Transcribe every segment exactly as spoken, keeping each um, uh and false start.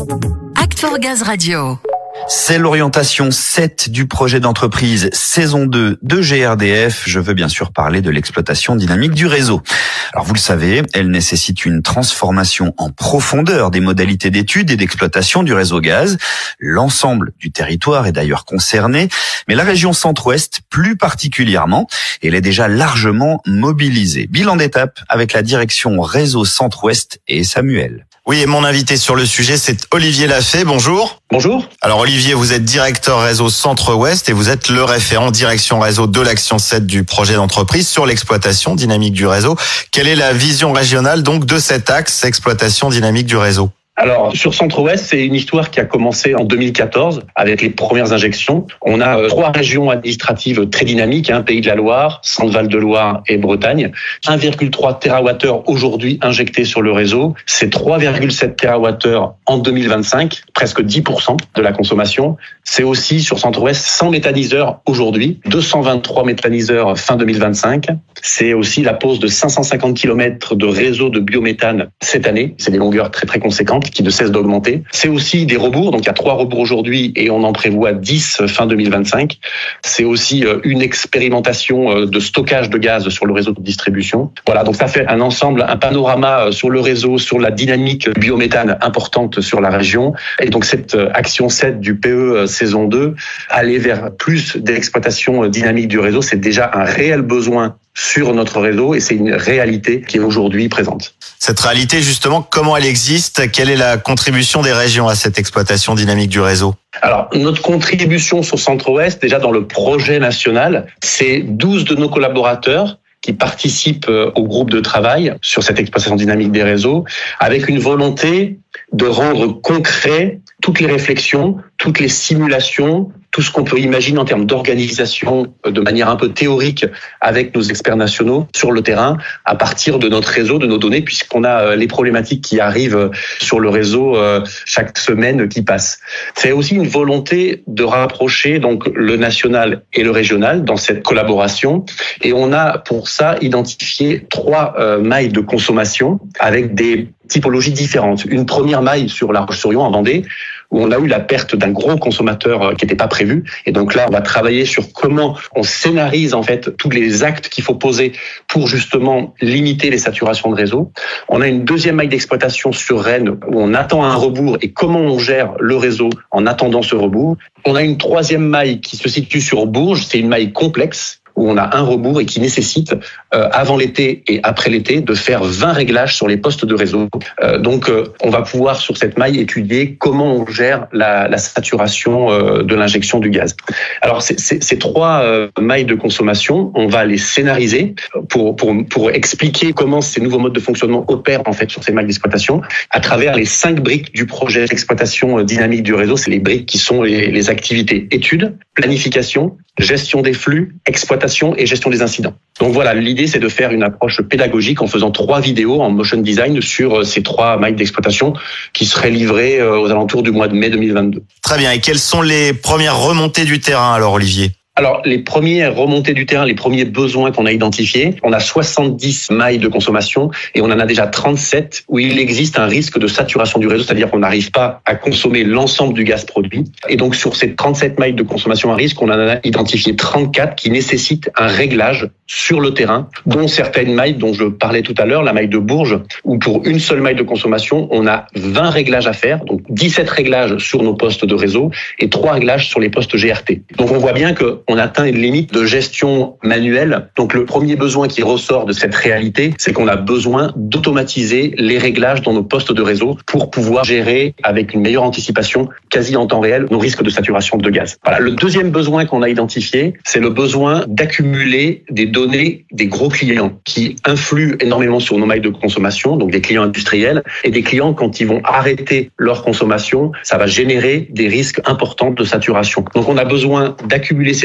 Act for Gaz Radio. C'est l'orientation sept du projet d'entreprise saison deux de G R D F. Je veux bien sûr parler de l'exploitation dynamique du réseau. Alors vous le savez, elle nécessite une transformation en profondeur des modalités d'étude et d'exploitation du réseau gaz. L'ensemble du territoire est d'ailleurs concerné, mais la région centre-ouest plus particulièrement, elle est déjà largement mobilisée. Bilan d'étape avec la direction réseau centre-ouest et Samuel. Oui, et mon invité sur le sujet, c'est Olivier Lafay. Bonjour. Bonjour. Alors Olivier, vous êtes directeur réseau Centre-Ouest et vous êtes le référent direction réseau de l'action sept du projet d'entreprise sur l'exploitation dynamique du réseau. Quelle est la vision régionale donc de cet axe exploitation dynamique du réseau ? Alors, sur Centre-Ouest, c'est une histoire qui a commencé en deux mille quatorze avec les premières injections. On a euh, trois régions administratives très dynamiques, hein, Pays de la Loire, Centre-Val de Loire et Bretagne. un virgule trois térawattheures aujourd'hui injectés sur le réseau. C'est trois virgule sept térawattheures en deux mille vingt-cinq, presque dix pour cent de la consommation. C'est aussi sur Centre-Ouest cent méthaniseurs aujourd'hui, deux cent vingt-trois méthaniseurs fin deux mille vingt-cinq. C'est aussi la pose de cinq cent cinquante kilomètres de réseau de biométhane cette année. C'est des longueurs très très conséquentes qui ne cessent d'augmenter. C'est aussi des rebours, donc il y a trois rebours aujourd'hui et on en prévoit dix fin deux mille vingt-cinq. C'est aussi une expérimentation de stockage de gaz sur le réseau de distribution. Voilà, donc ça fait un ensemble, un panorama sur le réseau, sur la dynamique biométhane importante sur la région. Et donc cette action sept du P E saison deux, aller vers plus d'exploitation dynamique du réseau, c'est déjà un réel besoin sur notre réseau et c'est une réalité qui est aujourd'hui présente. Cette réalité, justement, comment elle existe ? Quelle est la contribution des régions à cette exploitation dynamique du réseau ? Alors, notre contribution sur Centre-Ouest, déjà dans le projet national, c'est douze de nos collaborateurs qui participent au groupe de travail sur cette exploitation dynamique des réseaux, avec une volonté de rendre concret toutes les réflexions, toutes les simulations, tout ce qu'on peut imaginer en termes d'organisation de manière un peu théorique avec nos experts nationaux sur le terrain à partir de notre réseau, de nos données, puisqu'on a les problématiques qui arrivent sur le réseau chaque semaine qui passe. C'est aussi une volonté de rapprocher donc le national et le régional dans cette collaboration et on a pour ça identifié trois mailles de consommation avec des typologies différentes. Une première maille sur La Roche-sur-Yon en Vendée, où on a eu la perte d'un gros consommateur qui n'était pas prévu. Et donc là, on va travailler sur comment on scénarise en fait tous les actes qu'il faut poser pour justement limiter les saturations de réseau. On a une deuxième maille d'exploitation sur Rennes, où on attend un rebours et comment on gère le réseau en attendant ce rebours. On a une troisième maille qui se situe sur Bourges, c'est une maille complexe, où on a un rebours et qui nécessite, euh, avant l'été et après l'été, de faire vingt réglages sur les postes de réseau. Euh, donc, euh, on va pouvoir, sur cette maille, étudier comment on gère la, la saturation euh, de l'injection du gaz. Alors, c'est, c'est, ces trois euh, mailles de consommation, on va les scénariser pour, pour, pour expliquer comment ces nouveaux modes de fonctionnement opèrent, en fait, sur ces mailles d'exploitation, à travers les cinq briques du projet d'exploitation dynamique du réseau. C'est les briques qui sont les, les activités études, planification, gestion des flux, exploitation et gestion des incidents. Donc voilà, l'idée c'est de faire une approche pédagogique en faisant trois vidéos en motion design sur ces trois mailles d'exploitation qui seraient livrées aux alentours du mois de mai deux mille vingt-deux. Très bien, et quelles sont les premières remontées du terrain alors Olivier ? Alors, les premières remontées du terrain, les premiers besoins qu'on a identifiés, on a soixante-dix mailles de consommation et on en a déjà trente-sept où il existe un risque de saturation du réseau, c'est-à-dire qu'on n'arrive pas à consommer l'ensemble du gaz produit. Et donc, sur ces trente-sept mailles de consommation à risque, on en a identifié trente-quatre qui nécessitent un réglage sur le terrain, dont certaines mailles dont je parlais tout à l'heure, la maille de Bourges, où pour une seule maille de consommation, on a vingt réglages à faire, donc dix-sept réglages sur nos postes de réseau et trois réglages sur les postes G R T. Donc, on voit bien que on atteint une limite de gestion manuelle. Donc le premier besoin qui ressort de cette réalité, c'est qu'on a besoin d'automatiser les réglages dans nos postes de réseau pour pouvoir gérer avec une meilleure anticipation, quasi en temps réel, nos risques de saturation de gaz. Voilà. Le deuxième besoin qu'on a identifié, c'est le besoin d'accumuler des données des gros clients qui influent énormément sur nos mailles de consommation, donc des clients industriels et des clients quand ils vont arrêter leur consommation, ça va générer des risques importants de saturation. Donc on a besoin d'accumuler ces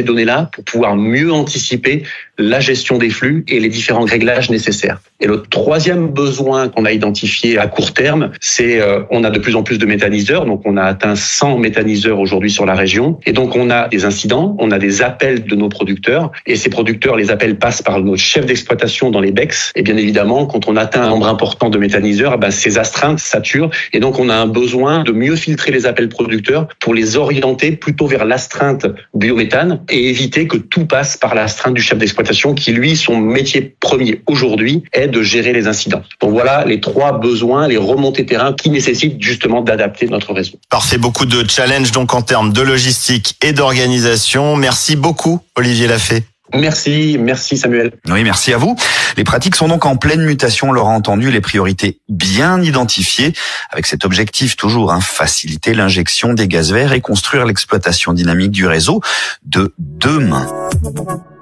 données-là pour pouvoir mieux anticiper la gestion des flux et les différents réglages nécessaires. Et le troisième besoin qu'on a identifié à court terme, c'est euh, on a de plus en plus de méthaniseurs, donc on a atteint cent méthaniseurs aujourd'hui sur la région, et donc on a des incidents, on a des appels de nos producteurs, et ces producteurs, les appels passent par notre chef d'exploitation dans les B E X, et bien évidemment, quand on atteint un nombre important de méthaniseurs, eh ben, ces astreintes saturent, et donc on a un besoin de mieux filtrer les appels producteurs pour les orienter plutôt vers l'astreinte biométhane et éviter que tout passe par l'astreinte du chef d'exploitation qui, lui, son métier premier aujourd'hui est de gérer les incidents. Donc voilà les trois besoins, les remontées terrain qui nécessitent justement d'adapter notre réseau. Parfait, beaucoup de challenges donc en termes de logistique et d'organisation. Merci beaucoup, Olivier Lafay. Merci, merci Samuel. Oui, merci à vous. Les pratiques sont donc en pleine mutation, on l'aura entendu, les priorités bien identifiées, avec cet objectif toujours, hein, faciliter l'injection des gaz verts et construire l'exploitation dynamique du réseau de demain.